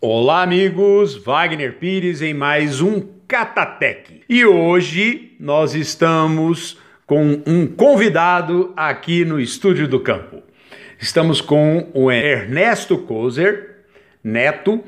Olá amigos, Wagner Pires em mais um Catatec. E hoje nós estamos com um convidado aqui no Estúdio do Campo. Estamos com o Ernesto Kozer Neto,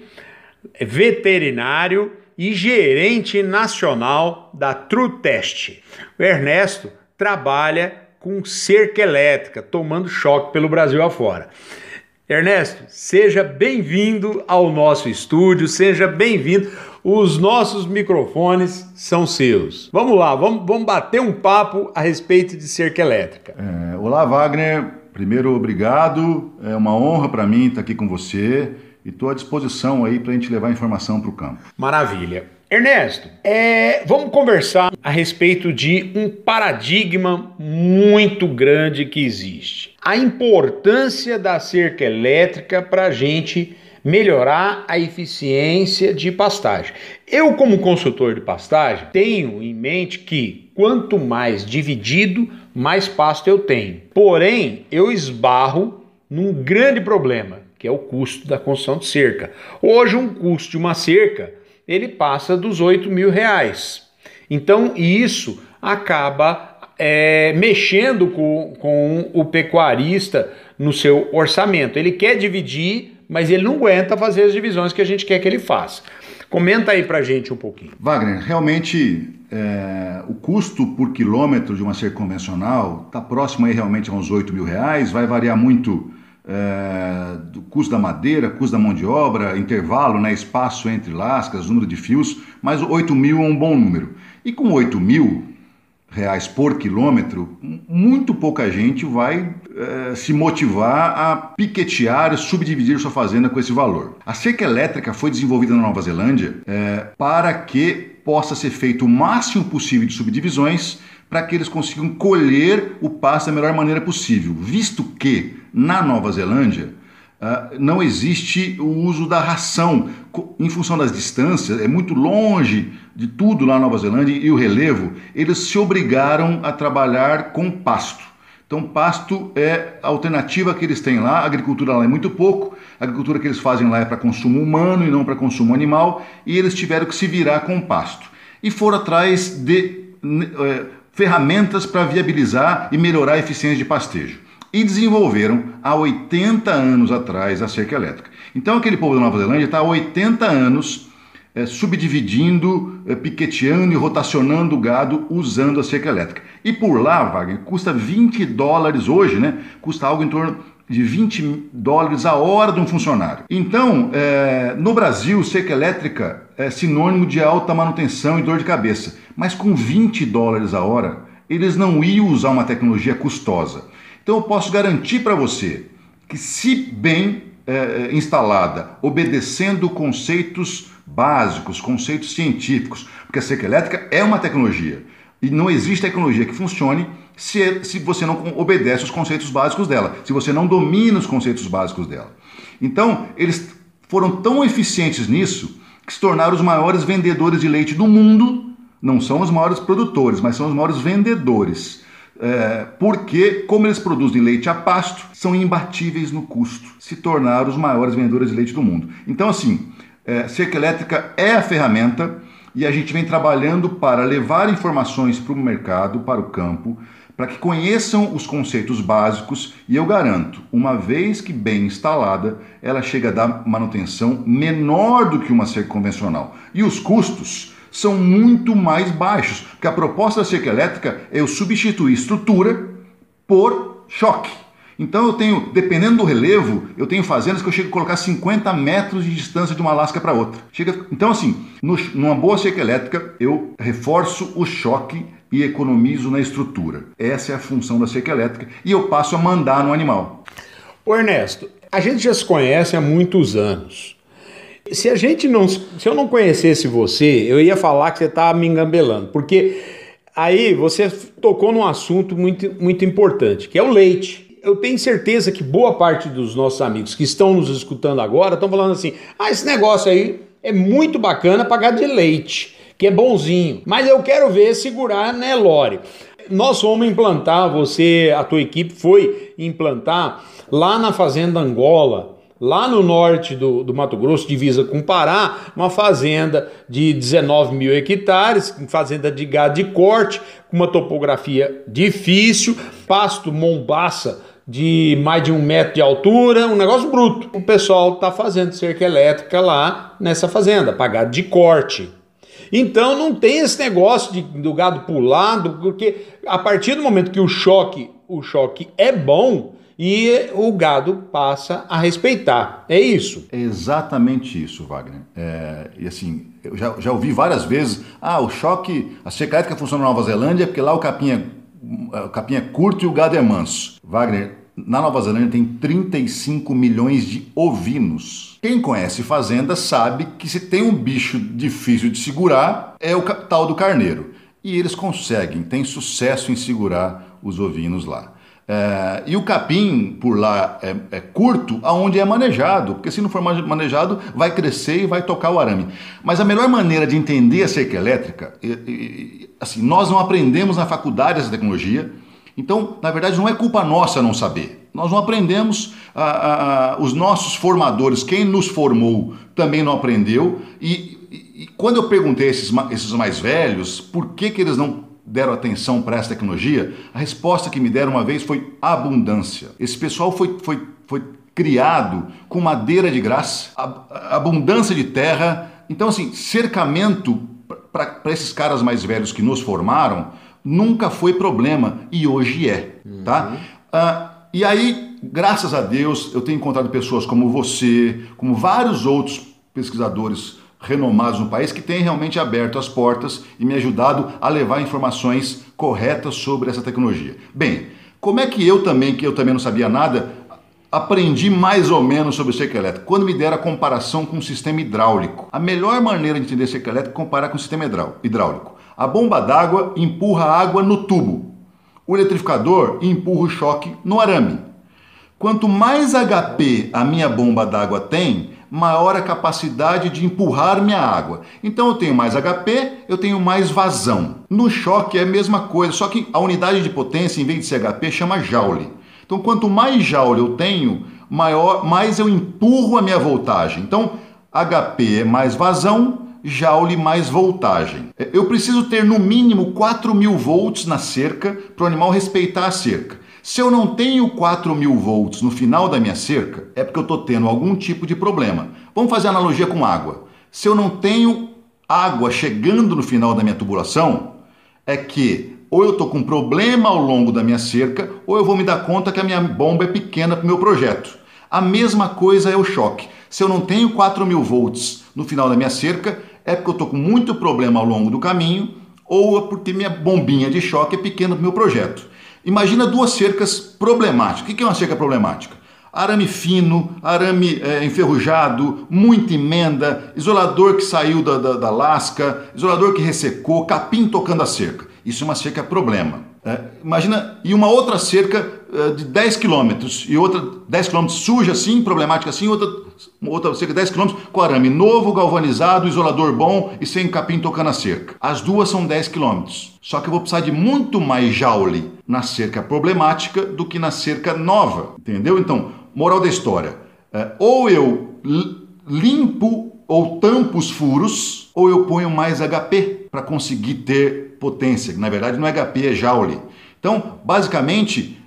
veterinário e gerente nacional da TruTest. O Ernesto trabalha com cerca elétrica, tomando choque pelo Brasil afora. Ernesto, seja bem-vindo ao nosso estúdio, seja bem-vindo. Os nossos microfones são seus. Vamos lá, vamos bater um papo a respeito de cerca elétrica. Olá, Wagner. Primeiro, obrigado. É uma honra para mim estar aqui com você e estou à disposição aí para a gente levar informação para o campo. Maravilha. Ernesto, vamos conversar a respeito de um paradigma muito grande que existe. A importância da cerca elétrica para a gente melhorar a eficiência de pastagem. Eu, como consultor de pastagem, tenho em mente que quanto mais dividido, mais pasto eu tenho. Porém, eu esbarro num grande problema, que é o custo da construção de cerca. Hoje, um custo de uma cerca ele passa dos R$8.000. Então, isso acaba mexendo com o pecuarista no seu orçamento. Ele quer dividir, mas ele não aguenta fazer as divisões que a gente quer que ele faça. Comenta aí pra gente um pouquinho. Wagner, realmente o custo por quilômetro de uma cerca convencional está próximo aí realmente a uns R$8.000, vai variar muito do custo da madeira, custo da mão de obra, intervalo, né, espaço entre lascas, número de fios, mas 8.000 é um bom número. E com R$8.000 por quilômetro, muito pouca gente vai se motivar a piquetear, subdividir sua fazenda com esse valor. A cerca elétrica foi desenvolvida na Nova Zelândia para que possa ser feito o máximo possível de subdivisões para que eles consigam colher o pasto da melhor maneira possível, visto que na Nova Zelândia não existe o uso da ração, em função das distâncias, é muito longe de tudo lá na Nova Zelândia e o relevo, eles se obrigaram a trabalhar com pasto. Então pasto é a alternativa que eles têm lá, a agricultura lá é muito pouco, a agricultura que eles fazem lá é para consumo humano e não para consumo animal, e eles tiveram que se virar com pasto. E foram atrás de ferramentas para viabilizar e melhorar a eficiência de pastejo. E desenvolveram há 80 anos atrás a cerca elétrica. Então aquele povo da Nova Zelândia está há 80 anos subdividindo, piqueteando e rotacionando o gado usando a cerca elétrica. E por lá, Wagner, custa $20 hoje, né? Custa algo em torno de $20 a hora de um funcionário. Então, no Brasil, cerca elétrica é sinônimo de alta manutenção e dor de cabeça. Mas com $20 a hora, eles não iam usar uma tecnologia custosa. Então eu posso garantir para você que, se bem instalada, obedecendo conceitos básicos, conceitos científicos, porque a cerca elétrica é uma tecnologia e não existe tecnologia que funcione se você não obedece os conceitos básicos dela, se você não domina os conceitos básicos dela. Então eles foram tão eficientes nisso que se tornaram os maiores vendedores de leite do mundo. Não são os maiores produtores, mas são os maiores vendedores. Porque, como eles produzem leite a pasto, são imbatíveis no custo, se tornaram os maiores vendedores de leite do mundo. Então, assim, cerca elétrica é a ferramenta e a gente vem trabalhando para levar informações para o mercado, para o campo, para que conheçam os conceitos básicos e eu garanto, uma vez que bem instalada, ela chega a dar manutenção menor do que uma cerca convencional. E os custos são muito mais baixos, porque a proposta da cerca elétrica é eu substituir estrutura por choque. Então eu tenho, dependendo do relevo, eu tenho fazendas que eu chego a colocar 50 metros de distância de uma lasca para outra. Então assim, numa boa cerca elétrica, eu reforço o choque e economizo na estrutura. Essa é a função da cerca elétrica e eu passo a mandar no animal. Ô Ernesto, a gente já se conhece há muitos anos. Se eu não conhecesse você, eu ia falar que você estava me engambelando, porque aí você tocou num assunto muito, muito importante, que é o leite. Eu tenho certeza que boa parte dos nossos amigos que estão nos escutando agora estão falando assim, esse negócio aí é muito bacana pagar de leite, que é bonzinho, mas eu quero ver segurar Nelore. Nós fomos implantar, a tua equipe foi implantar lá na Fazenda Angola, lá no norte do Mato Grosso, divisa com Pará, uma fazenda de 19 mil hectares, fazenda de gado de corte, com uma topografia difícil, pasto mombaça de mais de 1 metro de altura, um negócio bruto. O pessoal está fazendo cerca elétrica lá nessa fazenda, para gado de corte. Então não tem esse negócio do gado pulado, porque a partir do momento que o choque é bom, e o gado passa a respeitar. É isso. É exatamente isso, Wagner. E assim, eu já ouvi várias vezes, o choque, a cerca elétrica funciona na Nova Zelândia porque lá o capim é curto e o gado é manso. Wagner, na Nova Zelândia tem 35 milhões de ovinos. Quem conhece fazenda sabe que se tem um bicho difícil de segurar, é o tal do carneiro. E eles têm sucesso em segurar os ovinos lá. E o capim por lá é curto aonde é manejado, porque se não for manejado vai crescer e vai tocar o arame. Mas a melhor maneira de entender a cerca elétrica, assim, nós não aprendemos na faculdade essa tecnologia, então na verdade não é culpa nossa não saber. Nós não aprendemos, os nossos formadores, quem nos formou também não aprendeu, e quando eu perguntei a esses mais velhos por que eles não deram atenção para essa tecnologia, a resposta que me deram uma vez foi abundância. Esse pessoal foi criado com madeira de graça, abundância de terra. Então, assim, cercamento para esses caras mais velhos que nos formaram nunca foi problema e hoje é, tá? E aí, graças a Deus, eu tenho encontrado pessoas como você, como vários outros pesquisadores renomados no país que têm realmente aberto as portas e me ajudado a levar informações corretas sobre essa tecnologia. Bem, como é que eu também não sabia nada, aprendi mais ou menos sobre cerca elétrica? Quando me deram a comparação com o sistema hidráulico. A melhor maneira de entender cerca elétrica é comparar com o sistema hidráulico. A bomba d'água empurra a água no tubo. O eletrificador empurra o choque no arame. Quanto mais HP a minha bomba d'água tem, maior a capacidade de empurrar minha água. Então eu tenho mais HP, eu tenho mais vazão. No choque é a mesma coisa, só que a unidade de potência, em vez de ser HP, chama joule. Então quanto mais joule eu tenho, mais eu empurro a minha voltagem. Então HP é mais vazão, joule mais voltagem. Eu preciso ter no mínimo 4.000 volts na cerca para o animal respeitar a cerca. Se eu não tenho 4.000 volts no final da minha cerca, é porque eu estou tendo algum tipo de problema. Vamos fazer analogia com água. Se eu não tenho água chegando no final da minha tubulação, é que ou eu estou com problema ao longo da minha cerca, ou eu vou me dar conta que a minha bomba é pequena para o meu projeto. A mesma coisa é o choque. Se eu não tenho 4.000 volts no final da minha cerca, é porque eu estou com muito problema ao longo do caminho, ou é porque minha bombinha de choque é pequena para o meu projeto. Imagina duas cercas problemáticas. O que é uma cerca problemática? Arame fino, arame enferrujado, muita emenda, isolador que saiu da lasca, isolador que ressecou, capim tocando a cerca. Isso é uma cerca problema. Imagina, e uma outra cerca de 10 quilômetros, e outra 10 quilômetros suja assim, problemática assim, outra cerca de 10 quilômetros com arame novo, galvanizado, isolador bom e sem capim tocando a cerca. As duas são 10 quilômetros. Só que eu vou precisar de muito mais joule na cerca problemática do que na cerca nova, entendeu? Então, moral da história, ou eu limpo ou tampo os furos, ou eu ponho mais HP para conseguir ter potência. Na verdade não é HP, é joule. Então, basicamente,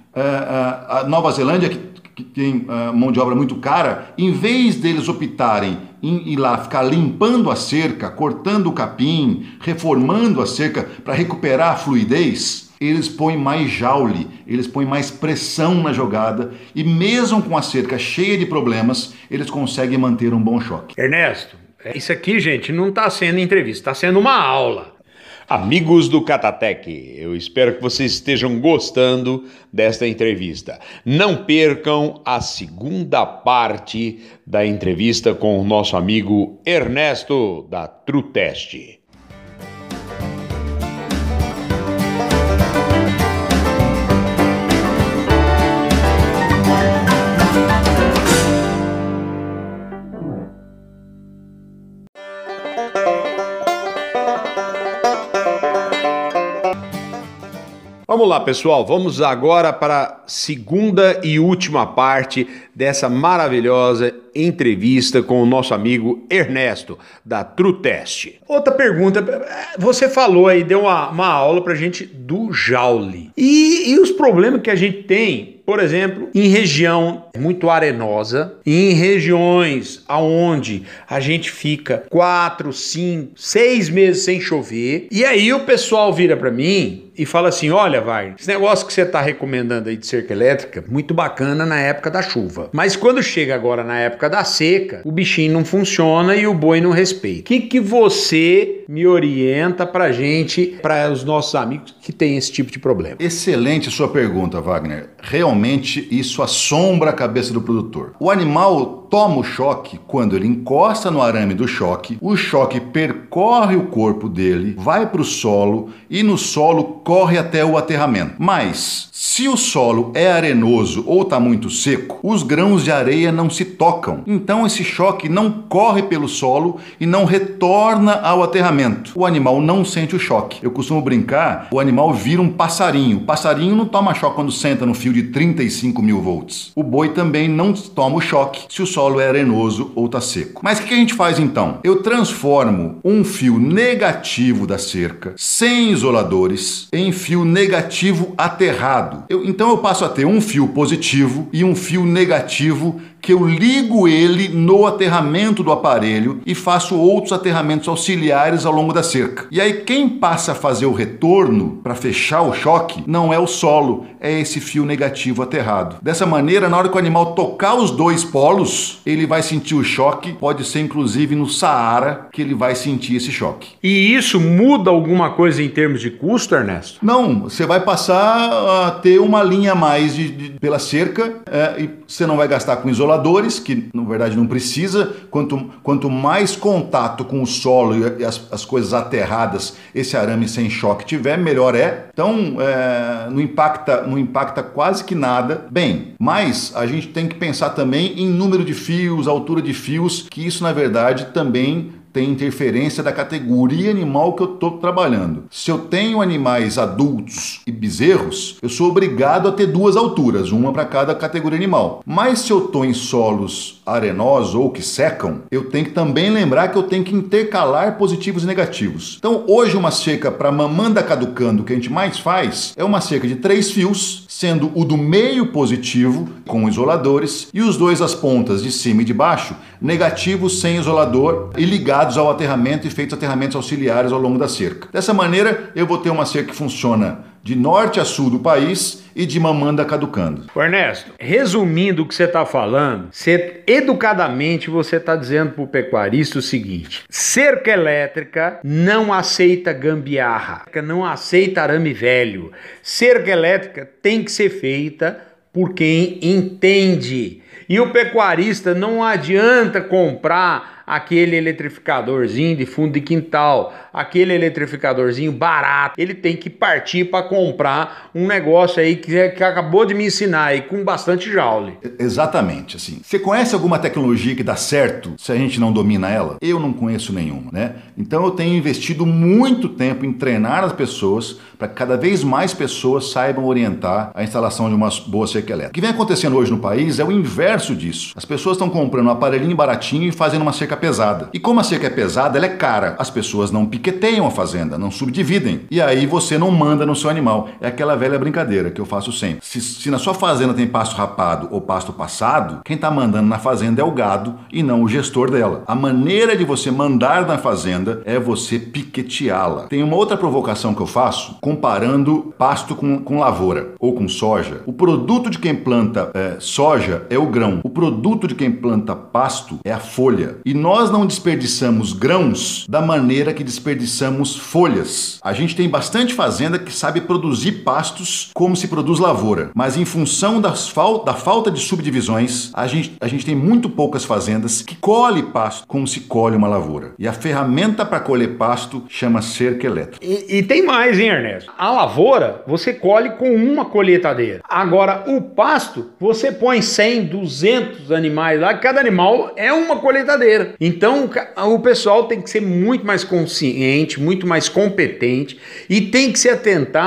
a Nova Zelândia, que tem mão de obra muito cara, em vez deles optarem em ir lá ficar limpando a cerca, cortando o capim, reformando a cerca para recuperar a fluidez, eles põem mais joule, eles põem mais pressão na jogada e mesmo com a cerca cheia de problemas, eles conseguem manter um bom choque. Ernesto, isso aqui, gente, não está sendo entrevista, está sendo uma aula. Amigos do Catatec, eu espero que vocês estejam gostando desta entrevista. Não percam a segunda parte da entrevista com o nosso amigo Ernesto da TruTest. Vamos lá, pessoal, vamos agora para a segunda e última parte dessa maravilhosa entrevista com o nosso amigo Ernesto, da TrueTest. Outra pergunta, você falou aí, deu uma aula pra gente do Joule. E os problemas que a gente tem, por exemplo, em região muito arenosa, em regiões onde a gente fica 4, 5, 6 meses sem chover, e aí o pessoal vira para mim e fala assim, olha, Wagner, esse negócio que você está recomendando aí de cerca elétrica, muito bacana na época da chuva, mas quando chega agora na época da seca, o bichinho não funciona e o boi não respeita. O que você me orienta pra gente, para os nossos amigos que têm esse tipo de problema? Excelente sua pergunta, Wagner. Realmente isso assombra a cabeça do produtor. O animal toma o choque quando ele encosta no arame do choque, o choque percorre o corpo dele, vai para o solo e no solo corre até o aterramento. Mas se o solo é arenoso ou está muito seco, os grãos de areia não se tocam. Então esse choque não corre pelo solo e não retorna ao aterramento. O animal não sente o choque. Eu costumo brincar, o animal vira um passarinho. O passarinho não toma choque quando senta no fio de 35 mil volts. O boi também não toma o choque se o solo é arenoso ou está seco. Mas o que a gente faz então? Eu transformo um fio negativo da cerca, sem isoladores, em fio negativo aterrado. Então eu passo a ter um fio positivo e um fio negativo que eu ligo ele no aterramento do aparelho e faço outros aterramentos auxiliares ao longo da cerca. E aí quem passa a fazer o retorno para fechar o choque não é o solo, é esse fio negativo aterrado. Dessa maneira, na hora que o animal tocar os dois polos, ele vai sentir o choque, pode ser inclusive no Saara que ele vai sentir esse choque. E isso muda alguma coisa em termos de custo, Ernesto? Não, você vai passar a ter uma linha a mais pela cerca e você não vai gastar com isoladores, que na verdade não precisa. Quanto mais contato com o solo e as coisas aterradas esse arame sem choque tiver, melhor é. Então não impacta quase que nada. Bem, mas a gente tem que pensar também em número de fios, altura de fios, que isso na verdade também tem interferência da categoria animal que eu estou trabalhando. Se eu tenho animais adultos e bezerros, eu sou obrigado a ter duas alturas, uma para cada categoria animal. Mas se eu estou em solos arenosos ou que secam, eu tenho que também lembrar que eu tenho que intercalar positivos e negativos. Então hoje uma cerca para mamanda caducando, que a gente mais faz, é uma cerca de 3 fios, sendo o do meio positivo, com isoladores, e os dois às pontas de cima e de baixo, negativos sem isolador e ligados ao aterramento e feitos aterramentos auxiliares ao longo da cerca. Dessa maneira, eu vou ter uma cerca que funciona de norte a sul do país e de mamanda caducando. Ernesto, resumindo o que você está falando, educadamente você está dizendo para o pecuarista o seguinte: cerca elétrica não aceita gambiarra, não aceita arame velho. Cerca elétrica tem que ser feita por quem entende. E o pecuarista não adianta comprar aquele eletrificadorzinho de fundo de quintal, aquele eletrificadorzinho barato. Ele tem que partir para comprar um negócio aí que acabou de me ensinar aí, com bastante Joule. Exatamente, assim. Você conhece alguma tecnologia que dá certo se a gente não domina ela? Eu não conheço nenhuma, né? Então eu tenho investido muito tempo em treinar as pessoas para que cada vez mais pessoas saibam orientar a instalação de uma boa cerca elétrica. O que vem acontecendo hoje no país é o inverso disso. As pessoas estão comprando um aparelhinho baratinho e fazendo uma cerca pesada. E como a cerca é pesada, ela é cara. As pessoas não piqueteiam a fazenda, não subdividem. E aí você não manda no seu animal. É aquela velha brincadeira que eu faço sempre. Se na sua fazenda tem pasto rapado ou pasto passado, quem está mandando na fazenda é o gado e não o gestor dela. A maneira de você mandar na fazenda é você piqueteá-la. Tem uma outra provocação que eu faço, comparando pasto com lavoura ou com soja. O produto de quem planta soja é o grão. O produto de quem planta pasto é a folha. E nós não desperdiçamos grãos da maneira que desperdiçamos folhas. A gente tem bastante fazenda que sabe produzir pastos como se produz lavoura, mas em função da falta de subdivisões, a gente tem muito poucas fazendas que colhem pasto como se colhe uma lavoura. E a ferramenta para colher pasto chama cerca elétrica. E tem mais, hein, Ernesto? A lavoura você colhe com uma colheitadeira. Agora, o pasto, você põe 100, 200 animais lá, cada animal é uma colheitadeira. Então, o pessoal tem que ser muito mais consciente, muito mais competente e tem que se atentar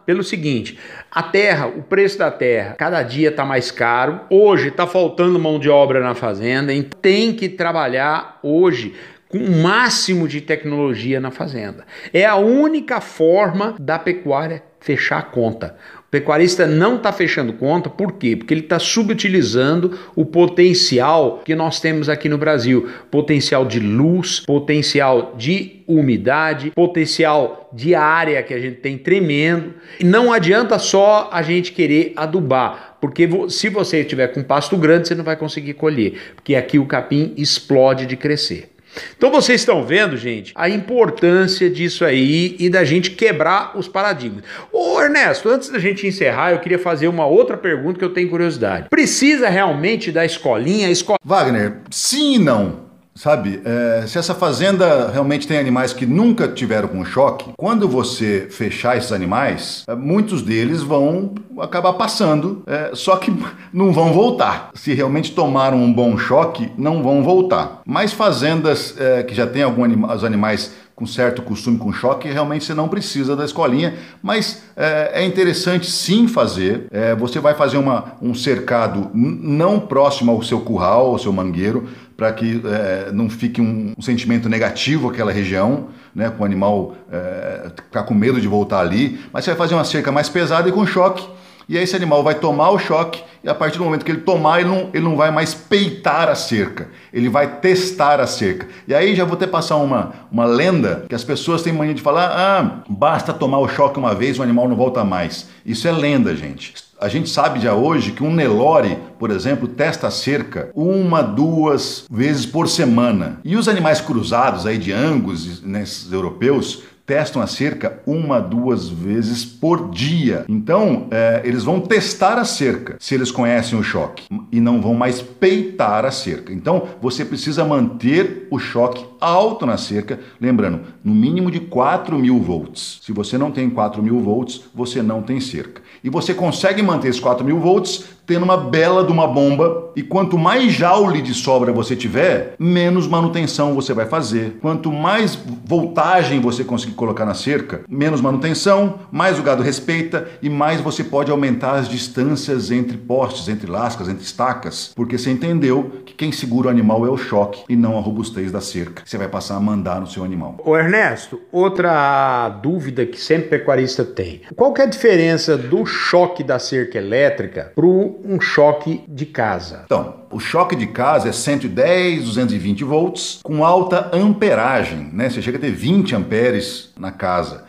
pelo seguinte: a terra, o preço da terra, cada dia está mais caro. Hoje está faltando mão de obra na fazenda, então tem que trabalhar hoje com o máximo de tecnologia na fazenda. É a única forma da pecuária fechar a conta. O pecuarista não está fechando conta, por quê? Porque ele está subutilizando o potencial que nós temos aqui no Brasil. Potencial de luz, potencial de umidade, potencial de área que a gente tem tremendo. E não adianta só a gente querer adubar, porque se você estiver com pasto grande, você não vai conseguir colher, porque aqui o capim explode de crescer. Então vocês estão vendo, gente, a importância disso aí e da gente quebrar os paradigmas. Ô Ernesto, antes da gente encerrar, eu queria fazer uma outra pergunta que eu tenho curiosidade. Precisa realmente da escolinha? Wagner, sim e não. Sabe, se essa fazenda realmente tem animais que nunca tiveram com choque, quando você fechar esses animais, muitos deles vão acabar passando, só que não vão voltar. Se realmente tomaram um bom choque, não vão voltar. Mas fazendas que já tem os animais com certo costume com choque, realmente você não precisa da escolinha, mas é interessante sim fazer. Você vai fazer um cercado não próximo ao seu curral, ao seu mangueiro, para que não fique um sentimento negativo àquela região, né, com o animal ficar com medo de voltar ali, mas você vai fazer uma cerca mais pesada e com choque, e aí esse animal vai tomar o choque, e a partir do momento que ele tomar, ele não vai mais peitar a cerca, ele vai testar a cerca. E aí já vou até passar uma lenda, que as pessoas têm mania de falar, basta tomar o choque uma vez, o animal não volta mais. Isso é lenda, gente. A gente sabe já hoje que um Nelore, por exemplo, testa a cerca 1, 2 vezes por semana. E os animais cruzados aí de Angus, nesses europeus, testam a cerca 1, 2 vezes por dia. Então, eles vão testar a cerca, se eles conhecem o choque, e não vão mais peitar a cerca. Então, você precisa manter o choque alto na cerca, lembrando, no mínimo de 4.000 volts. Se você não tem 4.000 volts, você não tem cerca. E você consegue manter esses 4.000 volts tendo uma bela de uma bomba, e quanto mais joule de sobra você tiver, menos manutenção você vai fazer. Quanto mais voltagem você conseguir colocar na cerca, menos manutenção, mais o gado respeita e mais você pode aumentar as distâncias entre postes, entre lascas, entre estacas, porque você entendeu que quem segura o animal é o choque e não a robustez da cerca. Você vai passar a mandar no seu animal. Ô Ernesto, outra dúvida que sempre pecuarista tem. Qual que é a diferença do choque da cerca elétrica para um choque de casa? Então, o choque de casa é 110, 220 volts com alta amperagem, né? Você chega a ter 20 amperes na casa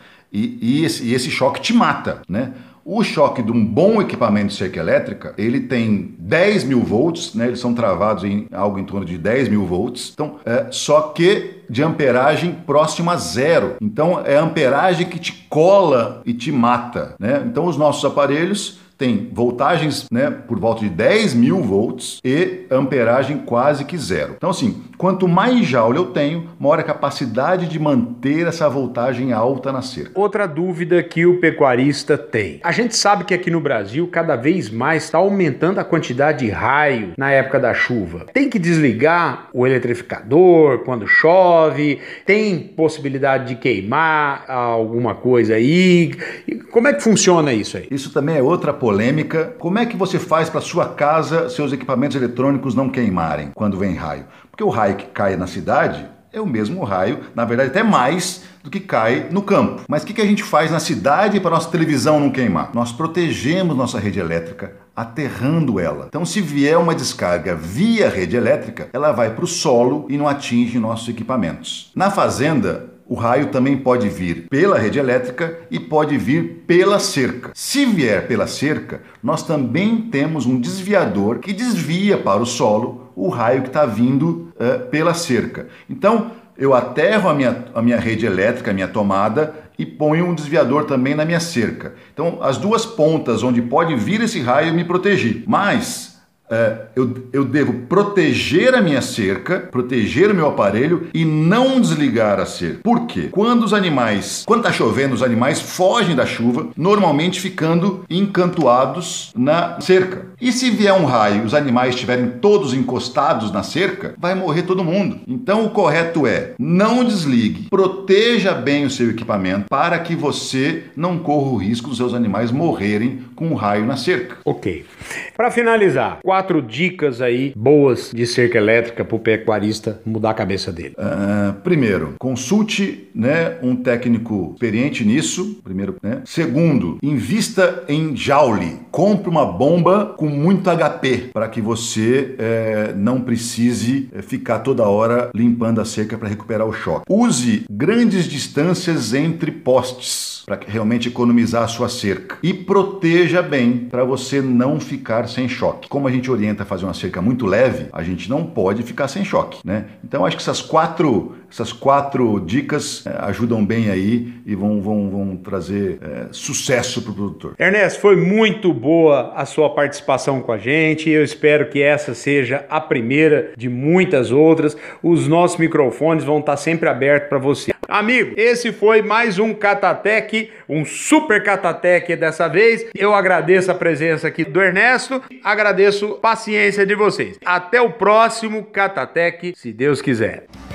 e esse choque te mata, né? O choque de um bom equipamento de cerca elétrica, ele tem 10.000 volts, né? Eles são travados em algo em torno de 10.000 volts, então, só que de amperagem próxima a zero. Então, é a amperagem que te cola e te mata, né? Então, os nossos aparelhos tem voltagens, né, por volta de 10.000 volts e amperagem quase que zero. Então, assim, quanto mais joule eu tenho, maior a capacidade de manter essa voltagem alta na cerca. Outra dúvida que o pecuarista tem. A gente sabe que aqui no Brasil, cada vez mais está aumentando a quantidade de raio na época da chuva. Tem que desligar o eletrificador quando chove? Tem possibilidade de queimar alguma coisa aí? Como é que funciona isso aí? Isso também é outra polêmica. Como é que você faz para sua casa, seus equipamentos eletrônicos não queimarem quando vem raio? Porque o raio que cai na cidade é o mesmo raio, na verdade até mais do que cai no campo. Mas o que a gente faz na cidade para nossa televisão não queimar? Nós protegemos nossa rede elétrica aterrando ela. Então, se vier uma descarga via rede elétrica, ela vai para o solo e não atinge nossos equipamentos. Na fazenda, o raio também pode vir pela rede elétrica e pode vir pela cerca. Se vier pela cerca, nós também temos um desviador que desvia para o solo o raio que está vindo pela cerca. Então, eu aterro a minha rede elétrica, a minha tomada, e ponho um desviador também na minha cerca. Então, as duas pontas onde pode vir esse raio, eu me protegi. Mas eu devo proteger a minha cerca, proteger o meu aparelho e não desligar a cerca. Por quê? Quando está chovendo, os animais fogem da chuva, normalmente ficando encantoados na cerca. E se vier um raio e os animais estiverem todos encostados na cerca, vai morrer todo mundo. Então o correto é: não desligue, proteja bem o seu equipamento para que você não corra o risco dos seus animais morrerem com um raio na cerca. Ok. Para finalizar, 4 dicas aí boas de cerca elétrica para o pecuarista mudar a cabeça dele. Primeiro, consulte, né, um técnico experiente nisso. Primeiro, né? Segundo, invista em joule. Compre uma bomba com muito HP para que você não precise ficar toda hora limpando a cerca para recuperar o choque. Use grandes distâncias entre postes para realmente economizar a sua cerca. E proteja bem para você não ficar sem choque. Como a gente orienta a fazer uma cerca muito leve, a gente não pode ficar sem choque, né? Então acho que essas quatro dicas ajudam bem aí e vão trazer sucesso para o produtor. Ernesto, foi muito boa a sua participação com a gente. Eu espero que essa seja a primeira de muitas outras. Os nossos microfones vão estar sempre abertos para você. Amigo, esse foi mais um Catatec, um super Catatec dessa vez. Eu agradeço a presença aqui do Ernesto, agradeço a paciência de vocês. Até o próximo Catatec, se Deus quiser.